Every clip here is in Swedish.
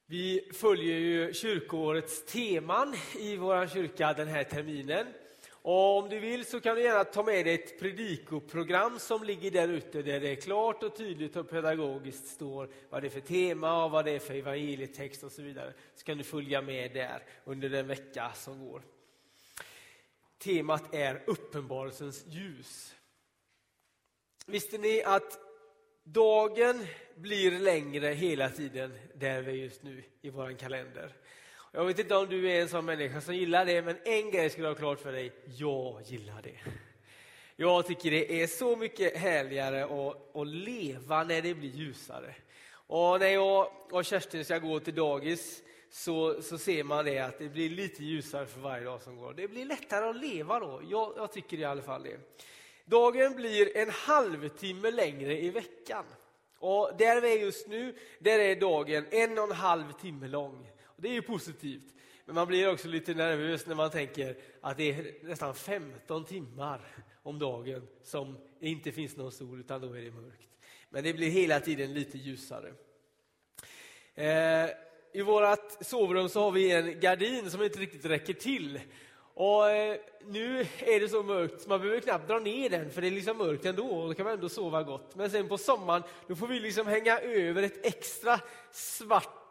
Vi följer ju kyrkoårets teman i vår kyrka den här terminen. Och om du vill så kan du gärna ta med dig ett predikoprogram som ligger där ute där det är klart och tydligt och pedagogiskt står vad det är för tema och vad det är för evangelietext och så vidare. Så kan du följa med där under den vecka som går. Temat är uppenbarelsens ljus. Visste ni att dagen blir längre hela tiden där vi är just nu i vår kalender? Jag vet inte om du är en sån människa som gillar det, men en grej ska du ha klart för dig. Jag gillar det. Jag tycker det är så mycket härligare att leva när det blir ljusare. Och när jag och Kerstin ska gå till dagis så ser man det att det blir lite ljusare för varje dag som går. Det blir lättare att leva då. Jag tycker i alla fall det. Dagen blir en halvtimme längre i veckan. Och där vi är just nu, där är dagen 1,5 timme lång. Och det är ju positivt. Men man blir också lite nervös när man tänker att det är nästan 15 timmar om dagen som inte finns någon sol, utan då är det mörkt. Men det blir hela tiden lite ljusare. I vårt sovrum så har vi en gardin som inte riktigt räcker till. Och nu är det så mörkt så man behöver knappt dra ner den, för det är liksom mörkt ändå och då kan man ändå sova gott. Men sen på sommaren då får vi liksom hänga över ett extra svart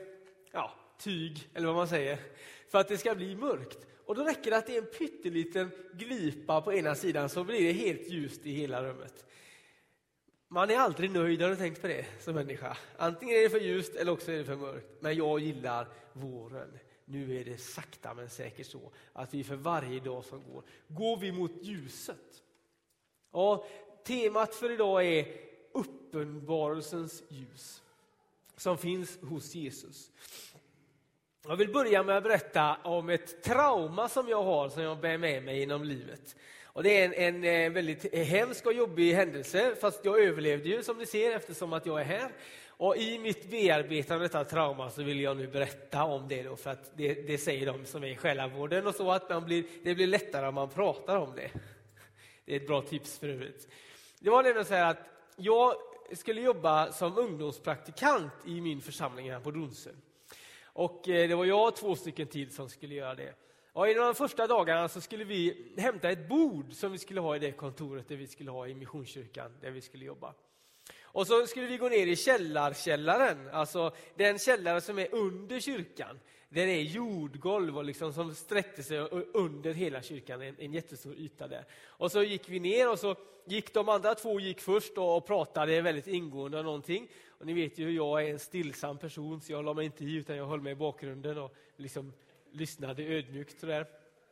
tyg, eller vad man säger, för att det ska bli mörkt. Och då räcker det att det är en pytteliten glipa på ena sidan så blir det helt ljust i hela rummet. Man är aldrig nöjd, har du tänkt på det som människa? Antingen är det för ljust eller också är det för mörkt. Men jag gillar våren. Nu är det sakta men säkert så att vi för varje dag som går vi mot ljuset. Och temat för idag är uppenbarelsens ljus som finns hos Jesus. Jag vill börja med att berätta om ett trauma som jag har, som jag bär med mig genom livet. Och det är en väldigt hemsk och jobbig händelse, fast jag överlevde ju som ni ser eftersom att jag är här. Och i mitt bearbetande av detta trauma så vill jag nu berätta om det då, för att det säger de som är i själavården och så, att det blir lättare om man pratar om det. Det är ett bra tips för övrigt. Det var nämligen så här att jag skulle jobba som ungdomspraktikant i min församling här på Donsö. Och det var jag och 2 stycken till som skulle göra det. Och i de första dagarna så skulle vi hämta ett bord som vi skulle ha i det kontoret där vi skulle ha i Missionskyrkan där vi skulle jobba. Och så skulle vi gå ner i källarkällaren, alltså den källare som är under kyrkan. Där det är jordgolv och liksom som sträckte sig under hela kyrkan, en jättestor yta där. Och så gick vi ner och så gick de andra 2 gick först och pratade väldigt ingående om någonting. Och ni vet ju hur jag är en stillsam person, så jag la mig inte i utan jag höll mig i bakgrunden och liksom lyssnade ödmjukt sådär.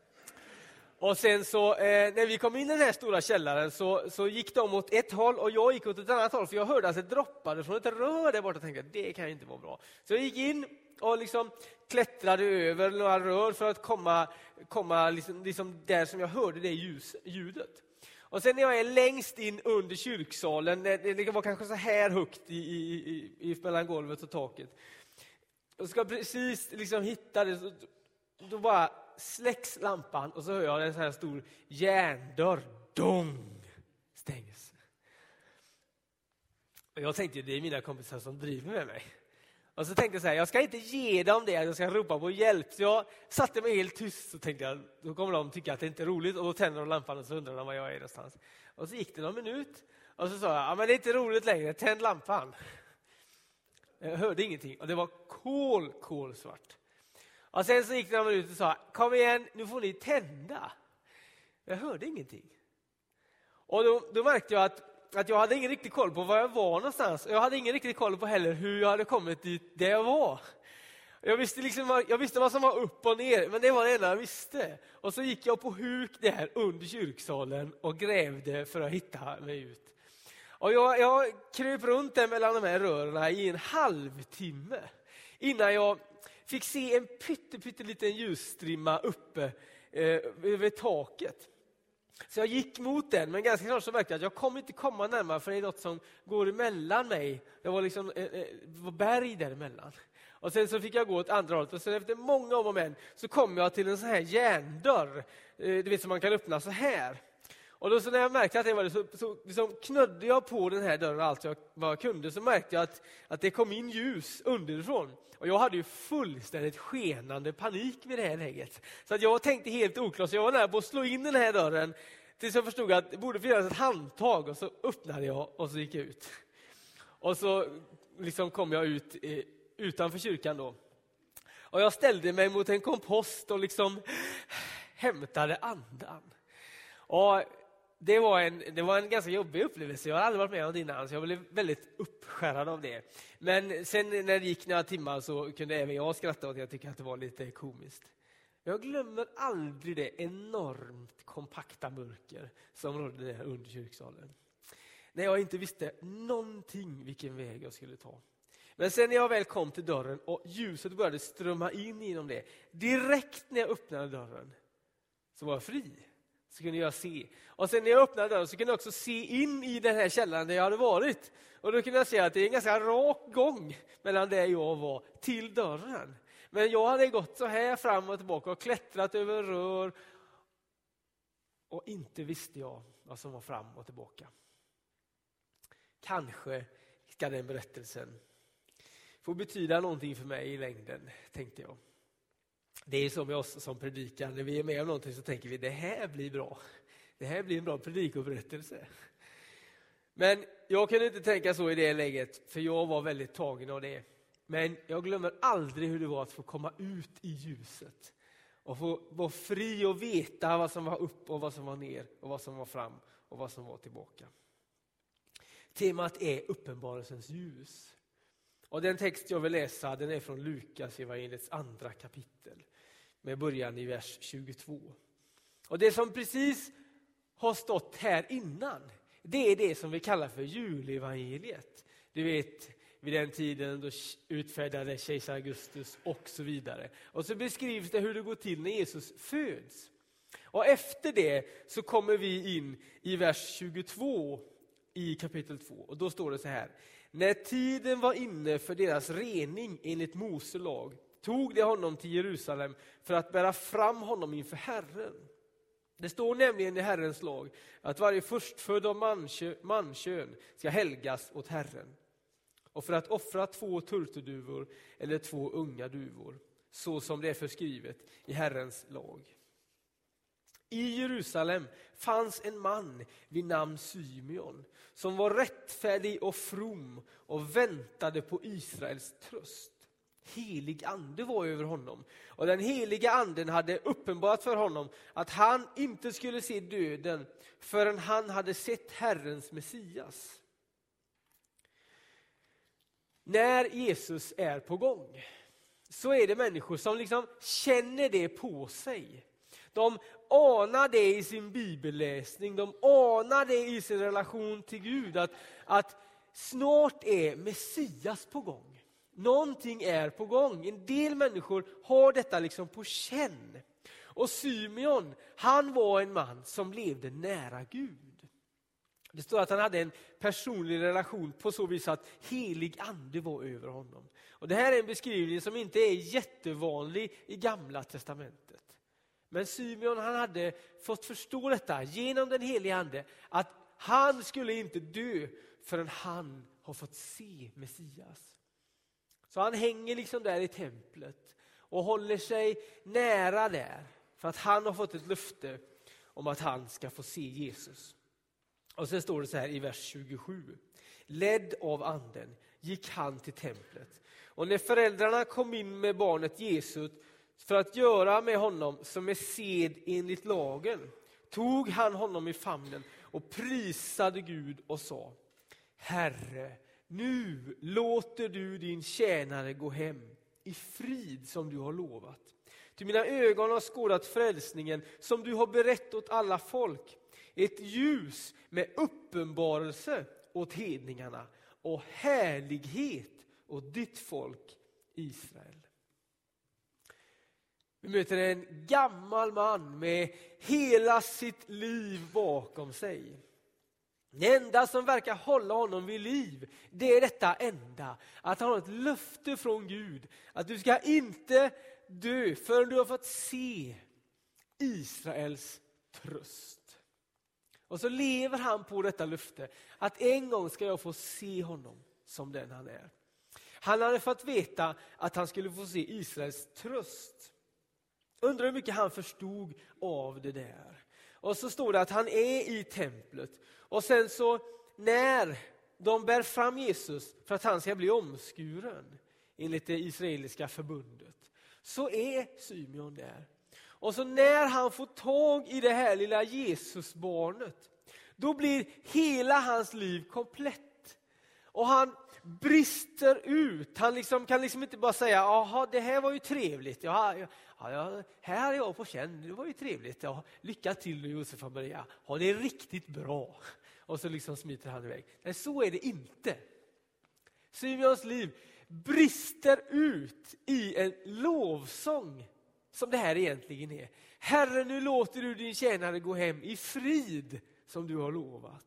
Och sen så när vi kom in i den här stora källaren så gick de åt ett håll och jag gick åt ett annat håll, för jag hörde att det droppade från ett rör där borta och tänkte att det kan inte vara bra. Så jag gick in och liksom klättrade över några rör för att komma liksom där som jag hörde det ljudet. Och sen när jag är längst in under kyrksalen, det var kanske så här högt i mellan golvet och taket. Och ska precis liksom hitta det, då bara släcks lampan och så hör jag en sån här stor järndörr. Dong! Stängs. Och jag tänkte, det är mina kompisar som driver med mig. Och så tänkte jag så här, jag ska inte ge dem det, jag ska ropa på hjälp. Så jag satte mig helt tyst och tänkte jag, då kommer de tycka att det inte är roligt. Och då tänder de lampan och så undrar de var jag är någonstans. Och så gick det någon minut och så sa jag, ja men det är inte roligt längre, tänd lampan. Jag hörde ingenting och det var kolsvart. Och sen så gick det några minuter och sa, kom igen, nu får ni tända. Jag hörde ingenting. Och då märkte jag att jag hade ingen riktig koll på var jag var någonstans. Jag hade ingen riktig koll på heller hur jag hade kommit dit där jag var. Jag visste vad som var upp och ner, men det var det enda jag visste. Och så gick jag på huk där under kyrksalen och grävde för att hitta mig ut. Och jag kröp runt där mellan de här rörerna i en halvtimme innan jag fick se en pytteliten ljusstrimma uppe över taket. Så jag gick mot den, men ganska snart så märkte jag att jag kommer inte komma närmare, för det är något som går emellan mig. Det var liksom var berg däremellan. Och sen så fick jag gå åt andra hållet, och sen efter många om och men så kom jag till en sån här järndörr, du vet, som man kan öppna så här. Och då så när jag märkte att det var det, så liksom knödde jag på den här dörren allt vad jag kunde, så märkte jag att det kom in ljus underifrån. Och jag hade ju fullständigt skenande panik vid det här läget. Så att jag tänkte helt oklart, så jag var nära på att slå in den här dörren tills jag förstod att det borde finnas ett handtag, och så öppnade jag och så gick jag ut. Och så liksom kom jag ut utanför kyrkan då. Och jag ställde mig mot en kompost och liksom hämtade andan. Och det var en ganska jobbig upplevelse. Jag har aldrig varit med om det innan, så jag blev väldigt uppskärrad av det. Men sen när det gick några timmar så kunde även jag skratta åt att jag tycker att det var lite komiskt. Jag glömmer aldrig det enormt kompakta mörker som rådde där under kyrksalen. När jag inte visste någonting vilken väg jag skulle ta. Men sen när jag väl kom till dörren och ljuset började strömma in genom det, direkt när jag öppnade dörren så var jag fri. Så kunde jag se. Och sen när jag öppnade dörren så kunde jag också se in i den här källaren där jag hade varit. Och då kunde jag se att det är en ganska rak gång mellan där jag var till dörren. Men jag hade gått så här fram och tillbaka och klättrat över rör. Och inte visste jag vad som var fram och tillbaka. Kanske ska den berättelsen få betyda någonting för mig i längden, tänkte jag. Det är som med oss som predikar. När vi är med om någonting så tänker vi, det här blir bra. Det här blir en bra predikoberättelse. Men jag kunde inte tänka så i det läget, för jag var väldigt tagen av det. Men jag glömmer aldrig hur det var att få komma ut i ljuset. Och få vara fri och veta vad som var upp och vad som var ner. Och vad som var fram och vad som var tillbaka. Temat är uppenbarelsens ljus. Och den text jag vill läsa, den är från Lukas evangeliets 2 kapitel. Med början i vers 22. Och det som precis har stått här innan, det är det som vi kallar för julevangeliet. Du vet, vid den tiden då utfärdade kejsar Augustus och så vidare. Och så beskrivs det hur det går till när Jesus föds. Och efter det så kommer vi in i vers 22 i kapitel 2. Och då står det så här. När tiden var inne för deras rening enligt Mose lag tog de honom till Jerusalem för att bära fram honom inför Herren. Det står nämligen i Herrens lag att varje förstfödd av mankön ska helgas åt Herren. Och för att offra 2 turturduvor eller 2 unga duvor, så som det är förskrivet i Herrens lag. I Jerusalem fanns en man vid namn Symeon som var rättfärdig och from och väntade på Israels tröst. Helig ande var över honom, och den heliga anden hade uppenbarat för honom att han inte skulle se döden förrän han hade sett Herrens Messias. När Jesus är på gång så är det människor som liksom känner det på sig. De anar det i sin bibelläsning, de anar det i sin relation till Gud, att snart är Messias på gång. Någonting är på gång. En del människor har detta liksom på känn. Och Symeon, han var en man som levde nära Gud. Det står att han hade en personlig relation på så vis att helig ande var över honom. Och det här är en beskrivning som inte är jättevanlig i Gamla testamentet. Men Symeon, han hade fått förstå detta genom den heliga ande, att han skulle inte dö förrän han har fått se Messias. Så han hänger liksom där i templet och håller sig nära där för att han har fått ett löfte om att han ska få se Jesus. Och sen står det så här i vers 27. Ledd av anden gick han till templet. Och när föräldrarna kom in med barnet Jesus för att göra med honom som är sed enligt lagen, tog han honom i famnen och prisade Gud och sa: Herre, nu låter du din tjänare gå hem i frid som du har lovat. Till mina ögon har skådat frälsningen som du har berett åt alla folk. Ett ljus med uppenbarelse åt hedningarna och härlighet åt ditt folk Israel. Vi möter en gammal man med hela sitt liv bakom sig. Det enda som verkar hålla honom vid liv, det är detta enda. Att han har ett löfte från Gud. Att du ska inte dö förrän du har fått se Israels tröst. Och så lever han på detta löfte att en gång ska jag få se honom som den han är. Han hade fått veta att han skulle få se Israels tröst. Undrar hur mycket han förstod av det där. Och så står det att han är i templet. Och sen så när de bär fram Jesus för att han ska bli omskuren enligt det israeliska förbundet, så är Symeon där. Och så när han får tag i det här lilla Jesusbarnet, då blir hela hans liv komplett. Och han brister ut. Han kan inte bara säga, jaha, det här var ju trevligt. Ja, här är jag på känn, det var ju trevligt. Ja, lycka till nu, Josef och Maria. Ja, det är riktigt bra. Och så smiter han iväg. Nej, så är det inte. Symeons liv brister ut i en lovsång som det här egentligen är. Herre, nu låter du din tjänare gå hem i frid som du har lovat.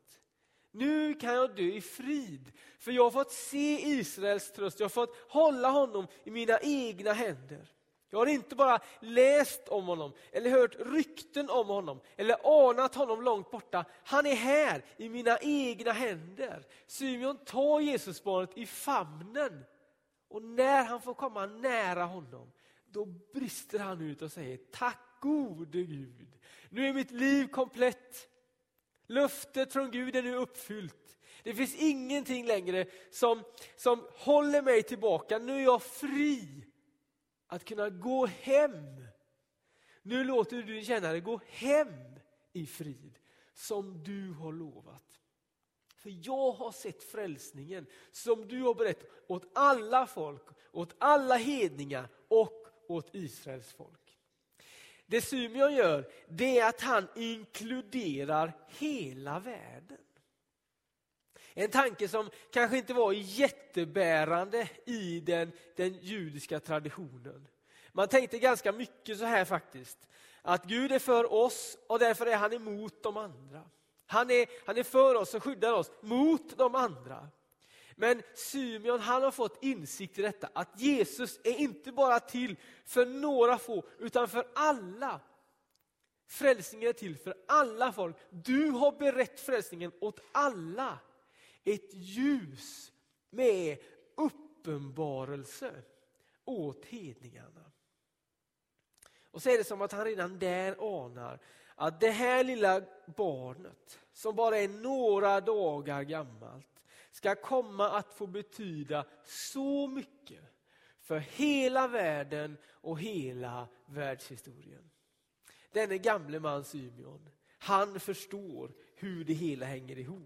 Nu kan jag dö i frid, för jag har fått se Israels tröst. Jag har fått hålla honom i mina egna händer. Jag har inte bara läst om honom eller hört rykten om honom eller anat honom långt borta. Han är här i mina egna händer. Symeon tar Jesusbarnet i famnen, och när han får komma nära honom, då brister han ut och säger, tack gode Gud. Nu är mitt liv komplett. Löftet från Gud är nu uppfyllt. Det finns ingenting längre som håller mig tillbaka. Nu är jag fri att kunna gå hem. Nu låter du din tjänare gå hem i frid som du har lovat. För jag har sett frälsningen som du har berättat åt alla folk, åt alla hedningar och åt Israels folk. Det Symeon gör, det är att han inkluderar hela världen. En tanke som kanske inte var jättebärande i den judiska traditionen. Man tänkte ganska mycket så här faktiskt. Att Gud är för oss och därför är han emot de andra. Han är för oss och skyddar oss mot de andra. Men Symeon, han har fått insikt i detta. Att Jesus är inte bara till för några få utan för alla. Frälsningen är till för alla folk. Du har berett frälsningen åt alla. Ett ljus med uppenbarelse åt hedningarna. Och så är det som att han redan där anar att det här lilla barnet som bara är några dagar gammalt ska komma att få betyda så mycket för hela världen och hela världshistorien. Denne gamle man Symeon, han förstår hur det hela hänger ihop.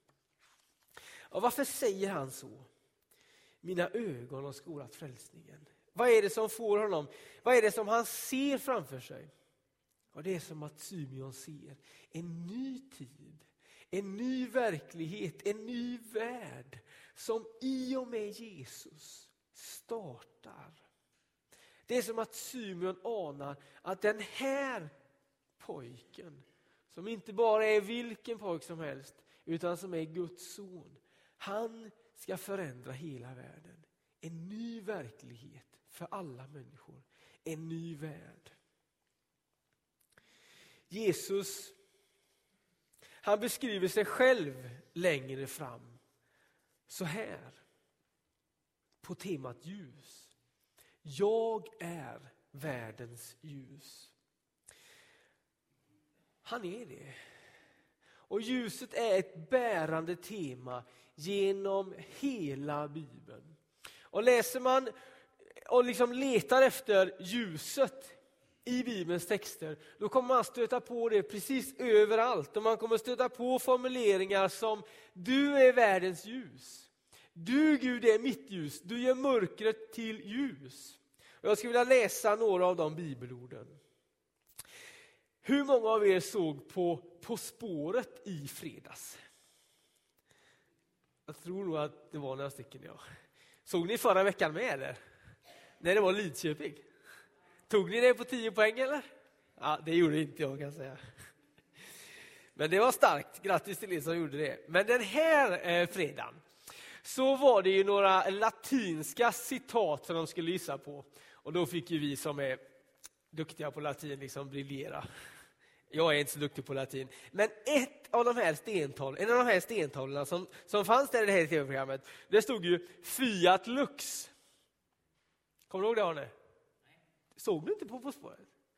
Och varför säger han så? Mina ögon har skådat frälsningen. Vad är det som får honom? Vad är det som han ser framför sig? Och det är som att Symeon ser en ny tid, en ny verklighet, en ny värld som i och med Jesus startar. Det är som att Symeon anar att den här pojken, som inte bara är vilken pojk som helst, utan som är Guds son, han ska förändra hela världen. En ny verklighet för alla människor. En ny värld. Jesus, han beskriver sig själv längre fram så här. På temat ljus. Jag är världens ljus. Han är det. Och ljuset är ett bärande tema genom hela Bibeln. Och läser man och letar efter ljuset i Bibelns texter, då kommer man stöta på det precis överallt. Och man kommer stöta på formuleringar som du är världens ljus. Du, Gud, är mitt ljus. Du gör mörkret till ljus. Och jag skulle vilja läsa några av de bibelorden. Hur många av er såg på spåret i fredags? Jag tror nog att det var några stycken, ja. Såg ni förra veckan med eller? När det var Lidköping. Tog ni det på 10 poäng eller? Ja, det gjorde inte jag, kan säga. Men det var starkt. Grattis till er som gjorde det. Men den här fredagen så var det ju några latinska citat som de skulle gissa på. Och då fick ju vi som är duktiga på latin briljera. Jag är inte så duktig på latin. Men en av de här stentavlorna som fanns där i det här tv-programmet, det stod ju Fiat Lux. Kommer du ihåg det, Arne? Såg du inte på spåret?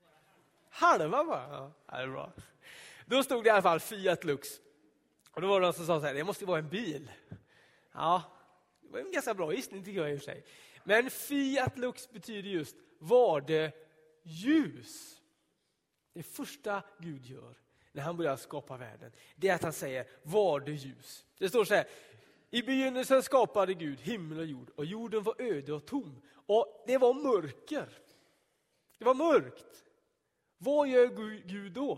Halva bara. Ja, det är bra. Då stod det i alla fall Fiat Lux. Och då var det någon som sa så här, det måste vara en bil. Ja, det var en ganska bra gissning tycker jag i och för sig. Men Fiat Lux betyder just, var det ljus? Det första Gud gör när han börjar skapa världen, det är att han säger, var det ljus? Det står så här, i begynnelsen skapade Gud himmel och jord, och jorden var öde och tom. Och det var mörker. Det var mörkt. Vad gör Gud då?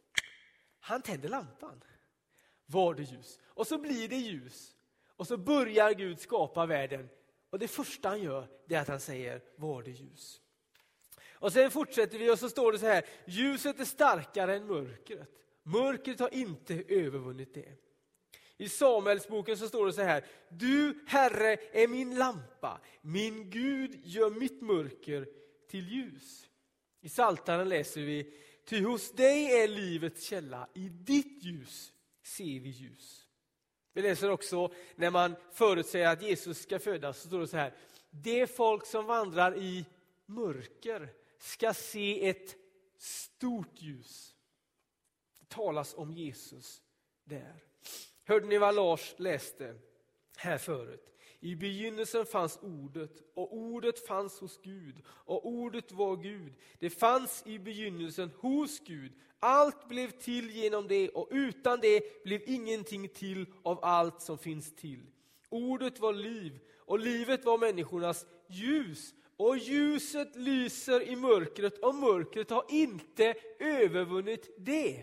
Han tänder lampan. Var det ljus? Och så blir det ljus. Och så börjar Gud skapa världen. Och det första han gör, det är att han säger, var det ljus? Och sen fortsätter vi och så står det så här, ljuset är starkare än mörkret. Mörkret har inte övervunnit det. I Samuelsboken så står det så här, du Herre är min lampa, min Gud gör mitt mörker till ljus. I Psaltaren läser vi, ty hos dig är livets källa, i ditt ljus ser vi ljus. Vi läser också när man förutsäger att Jesus ska födas, så står det så här, det folk som vandrar i mörker ska se ett stort ljus. Det talas om Jesus där. Hörde ni vad Lars läste här förut? I begynnelsen fanns ordet, och ordet fanns hos Gud, och ordet var Gud. Det fanns i begynnelsen hos Gud. Allt blev till genom det, och utan det blev ingenting till av allt som finns till. Ordet var liv, och livet var människornas ljus. Och ljuset lyser i mörkret, och mörkret har inte övervunnit det.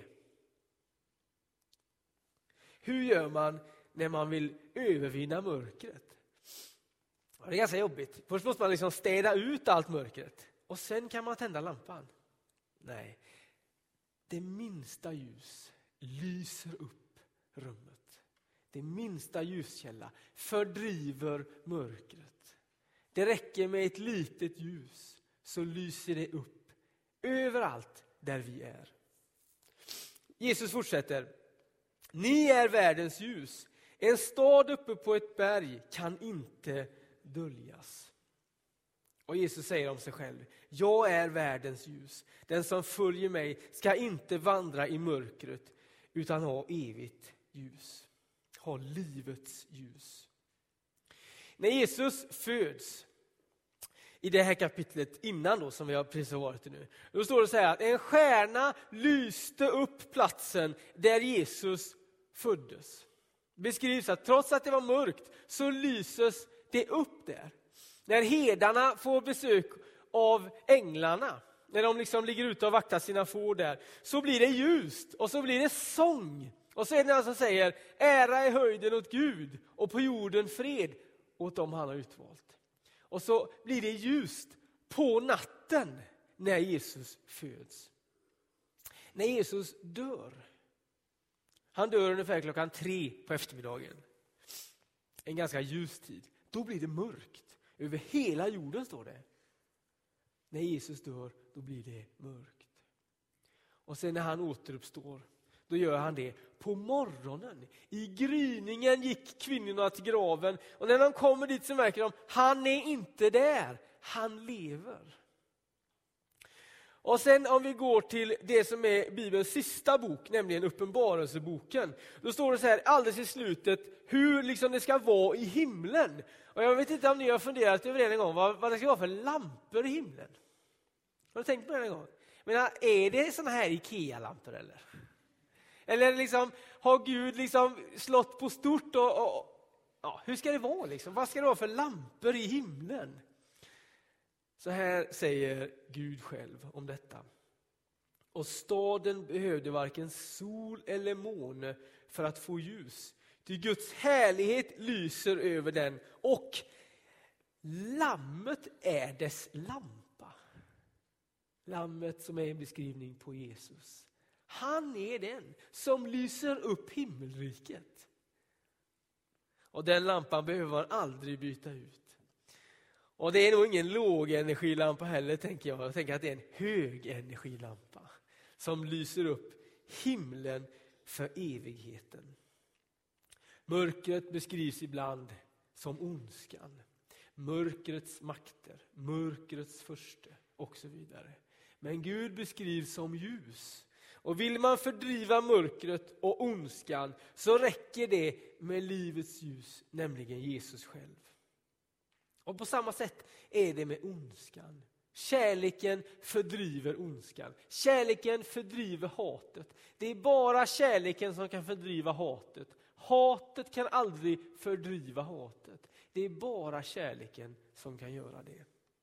Hur gör man när man vill övervinna mörkret? Det är ganska jobbigt. Först måste man liksom städa ut allt mörkret. Och sen kan man tända lampan. Nej. Det minsta ljus lyser upp rummet. Det minsta ljuskälla fördriver mörkret. Det räcker med ett litet ljus så lyser det upp överallt där vi är. Jesus fortsätter. Ni är världens ljus. En stad uppe på ett berg kan inte döljas. Och Jesus säger om sig själv, jag är världens ljus. Den som följer mig ska inte vandra i mörkret utan ha evigt ljus. Ha livets ljus. När Jesus föds, i det här kapitlet innan då, som vi har precis varit i nu, då står det så här att en stjärna lyste upp platsen där Jesus föddes. Det beskrivs att trots att det var mörkt så lyses det upp där. När herdarna får besök av änglarna, när de liksom ligger ute och vaktar sina får där, så blir det ljust och så blir det sång. Och så är det någon som säger, ära är höjden åt Gud och på jorden fred åt dem han har utvalt. Och så blir det ljust på natten när Jesus föds. När Jesus dör, han dör ungefär 3:00 på eftermiddagen. En ganska ljus tid. Då blir det mörkt. Över hela jorden står det. När Jesus dör, då blir det mörkt. Och sen när han återuppstår, då gör han det på morgonen. I gryningen gick kvinnorna till graven. Och när de kommer dit så märker de, han är inte där. Han lever. Och sen om vi går till det som är Bibelns sista bok, nämligen Uppenbarelseboken. Då står det så här alldeles i slutet hur liksom det ska vara i himlen. Och jag vet inte om ni har funderat över det en gång, vad det ska vara för lampor i himlen. Har du tänkt på det en gång? Men är det såna här Ikea-lampor eller? Eller liksom, har Gud liksom slått på stort ja, hur ska det vara liksom? Vad ska det vara för lampor i himlen? Så här säger Gud själv om detta. Och staden behövde varken sol eller måne för att få ljus. Ty Guds härlighet lyser över den och lammet är dess lampa. Lammet som är en beskrivning på Jesus. Han är den som lyser upp himmelriket. Och den lampan behöver man aldrig byta ut. Och det är nog ingen lågenergilampa heller, tänker jag. Jag tänker att det är en högenergilampa. som lyser upp himlen för evigheten. Mörkret beskrivs ibland som ondskan, mörkrets makter, mörkrets furste och så vidare. Men Gud beskrivs som ljus. Och vill man fördriva mörkret och ondskan så räcker det med livets ljus, nämligen Jesus själv. Och på samma sätt är det med ondskan. Kärleken fördriver ondskan. Kärleken fördriver hatet. Det är bara kärleken som kan fördriva hatet. Hatet kan aldrig fördriva hatet. Det är bara kärleken som kan göra det.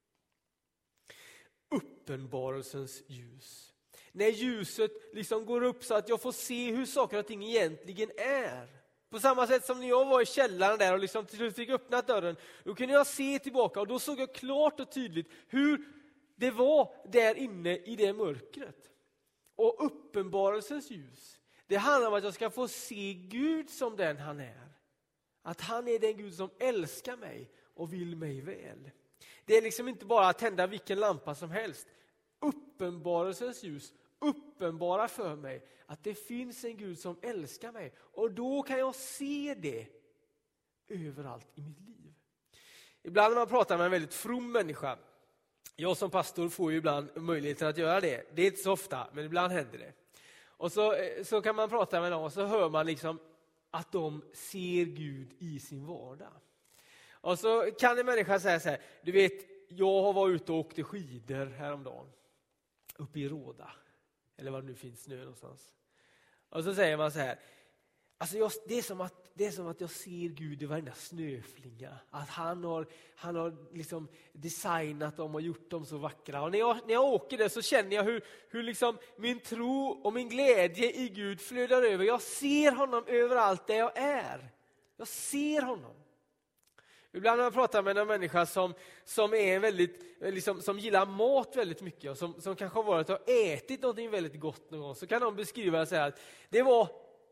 Uppenbarelsens ljus. När ljuset liksom går upp så att jag får se hur saker och ting egentligen är. På samma sätt som när jag var i källaren där och liksom till slut fick öppna dörren. Då kunde jag se tillbaka och då såg jag klart och tydligt hur det var där inne i det mörkret. Och uppenbarelsens ljus. Det handlar om att jag ska få se Gud som den han är. Att han är den Gud som älskar mig och vill mig väl. Det är liksom inte bara att tända vilken lampa som helst. Uppenbarelsens ljus uppenbara för mig att det finns en Gud som älskar mig. Och då kan jag se det överallt i mitt liv. Ibland när man pratar med en väldigt from människa. Jag som pastor får ju ibland möjligheten att göra det. Det är inte så ofta, men ibland händer det. Och så kan man prata med dem och så hör man liksom att de ser Gud i sin vardag. Och så kan en människa säga så här, du vet, jag har varit ute och åkte skidor häromdagen. Uppe i Råda. Eller var det nu finns snö någonstans. Och så säger man så här, alltså det är som att jag ser Gud i varenda snöflinga. Att han har liksom designat dem och gjort dem så vackra. Och när jag åker där så känner jag hur liksom min tro och min glädje i Gud flödar över. Jag ser honom överallt där jag är. Jag ser honom. Ibland när jag pratar med en människa som är väldigt, liksom, som gillar mat väldigt mycket och som kanske har varit och ätit något väldigt gott någon gång, så kan de beskriva och säga att det var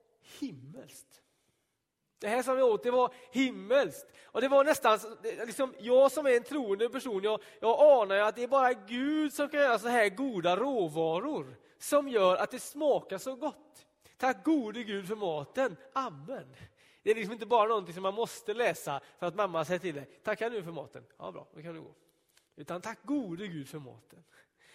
himmelskt. Det här som jag åt, det var himmelskt. Och det var nästan, liksom, jag som är en troende person, jag anar att det är bara Gud som kan göra så här goda råvaror som gör att det smakar så gott. Tack gode Gud för maten. Amen. Det är liksom inte bara någonting som man måste läsa för att mamma säger till dig. Tackar nu för maten. Ja, bra, då kan du gå. Utan tack gode Gud för maten.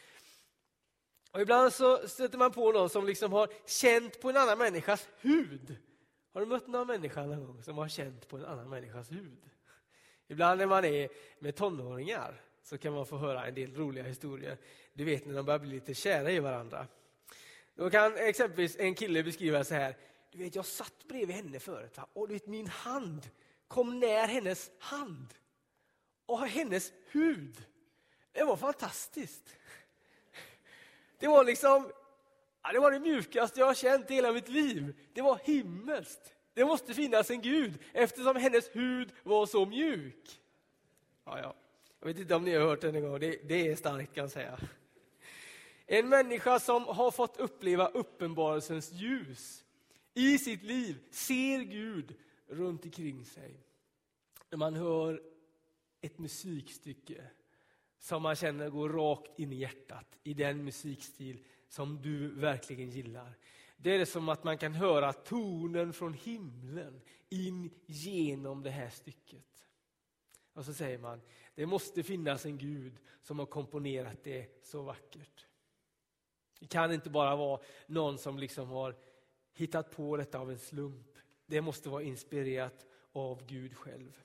Och ibland så stöter man på någon som liksom har känt på en annan människas hud. Har du mött någon människa någon gång som har känt på en annan människas hud? Ibland när man är med tonåringar så kan man få höra en del roliga historier. Du vet när de börjar bli lite kära i varandra. Då kan exempelvis en kille beskriva så här. Du vet, jag satt bredvid henne förut, va? Och du vet, min hand kom när hennes hand. Och hennes hud. Det var fantastiskt. Det var liksom, det var det mjukaste jag har känt i hela mitt liv. Det var himmelskt. Det måste finnas en Gud eftersom hennes hud var så mjuk. Ja. Jag vet inte om ni har hört det en gång. Det är starkt, kan jag säga. En människa som har fått uppleva uppenbarelsens ljus i sitt liv ser Gud runt omkring sig. När man hör ett musikstycke som man känner går rakt in i hjärtat, i den musikstil som du verkligen gillar. Det är som att man kan höra tonen från himlen in genom det här stycket. Och så säger man, det måste finnas en Gud som har komponerat det så vackert. Det kan inte bara vara någon som liksom har hittat på detta av en slump. Det måste vara inspirerat av Gud själv.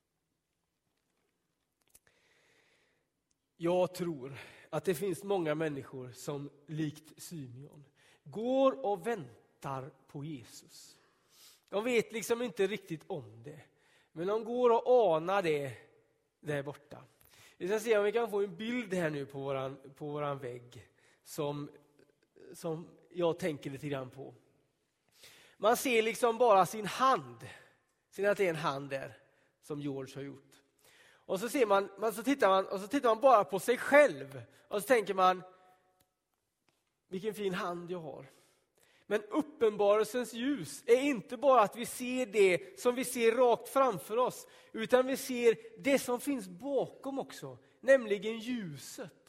Jag tror att det finns många människor som likt Symeon går och väntar på Jesus. De vet liksom inte riktigt om det. Men de går och anar det där borta. Vi ska se om vi kan få en bild här nu på våran vägg som jag tänker lite grann på. Man ser liksom bara sin hand. Ser att det är en hand där som George har gjort. Och så ser man, så tittar man bara på sig själv. Och så tänker man, vilken fin hand jag har. Men uppenbarelsens ljus är inte bara att vi ser det som vi ser rakt framför oss. Utan vi ser det som finns bakom också. Nämligen ljuset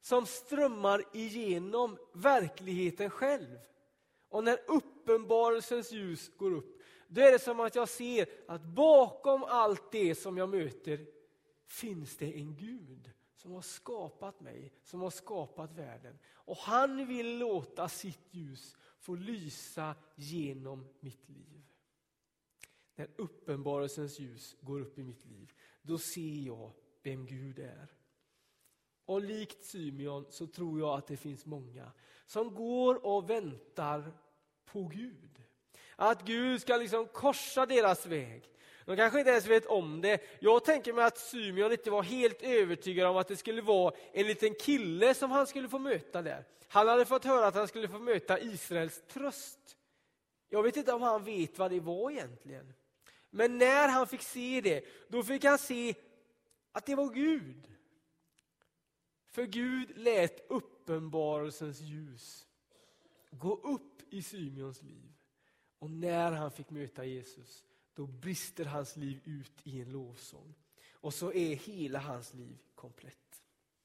som strömmar igenom verkligheten själv. Och när uppenbarelsens ljus går upp, då är det som att jag ser att bakom allt det som jag möter finns det en Gud som har skapat mig, som har skapat världen. Och han vill låta sitt ljus få lysa genom mitt liv. När uppenbarelsens ljus går upp i mitt liv, då ser jag vem Gud är. Och likt Symeon så tror jag att det finns många som går och väntar på Gud. Att Gud ska liksom korsa deras väg. De kanske inte ens vet om det. Jag tänker mig att Symeon inte var helt övertygad om att det skulle vara en liten kille som han skulle få möta där. Han hade fått höra att han skulle få möta Israels tröst. Jag vet inte om han vet vad det var egentligen. Men när han fick se det, då fick han se att det var Gud. För Gud lät uppenbarelsens ljus gå upp i Symeons liv. Och när han fick möta Jesus, då brister hans liv ut i en lovsång. Och så är hela hans liv komplett.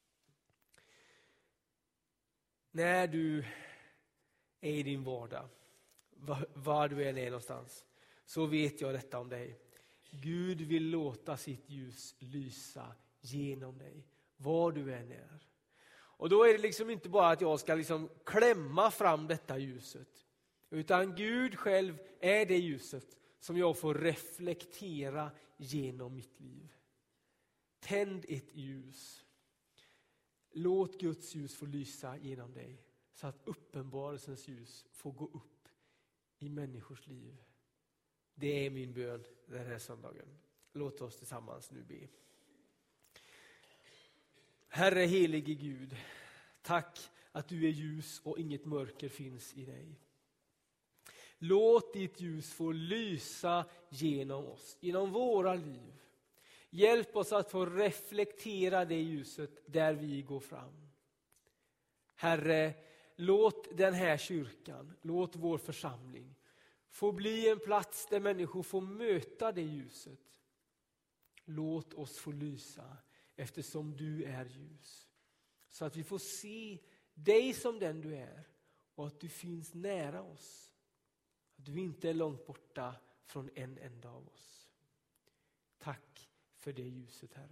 När du är i din vardag, var du än är någonstans, så vet jag detta om dig. Gud vill låta sitt ljus lysa genom dig, var du än är. Och då är det liksom inte bara att jag ska liksom klämma fram detta ljuset. Utan Gud själv är det ljuset som jag får reflektera genom mitt liv. Tänd ett ljus. Låt Guds ljus få lysa genom dig. Så att uppenbarelsens ljus får gå upp i människors liv. Det är min bön den här söndagen. Låt oss tillsammans nu be. Herre helige Gud, tack att du är ljus och inget mörker finns i dig. Låt ditt ljus få lysa genom oss, genom våra liv. Hjälp oss att få reflektera det ljuset där vi går fram. Herre, låt den här kyrkan, låt vår församling få bli en plats där människor får möta det ljuset. Låt oss få lysa eftersom du är ljus. Så att vi får se dig som den du är och att du finns nära oss. Att du inte är långt borta från en enda av oss. Tack för det ljuset, Herre.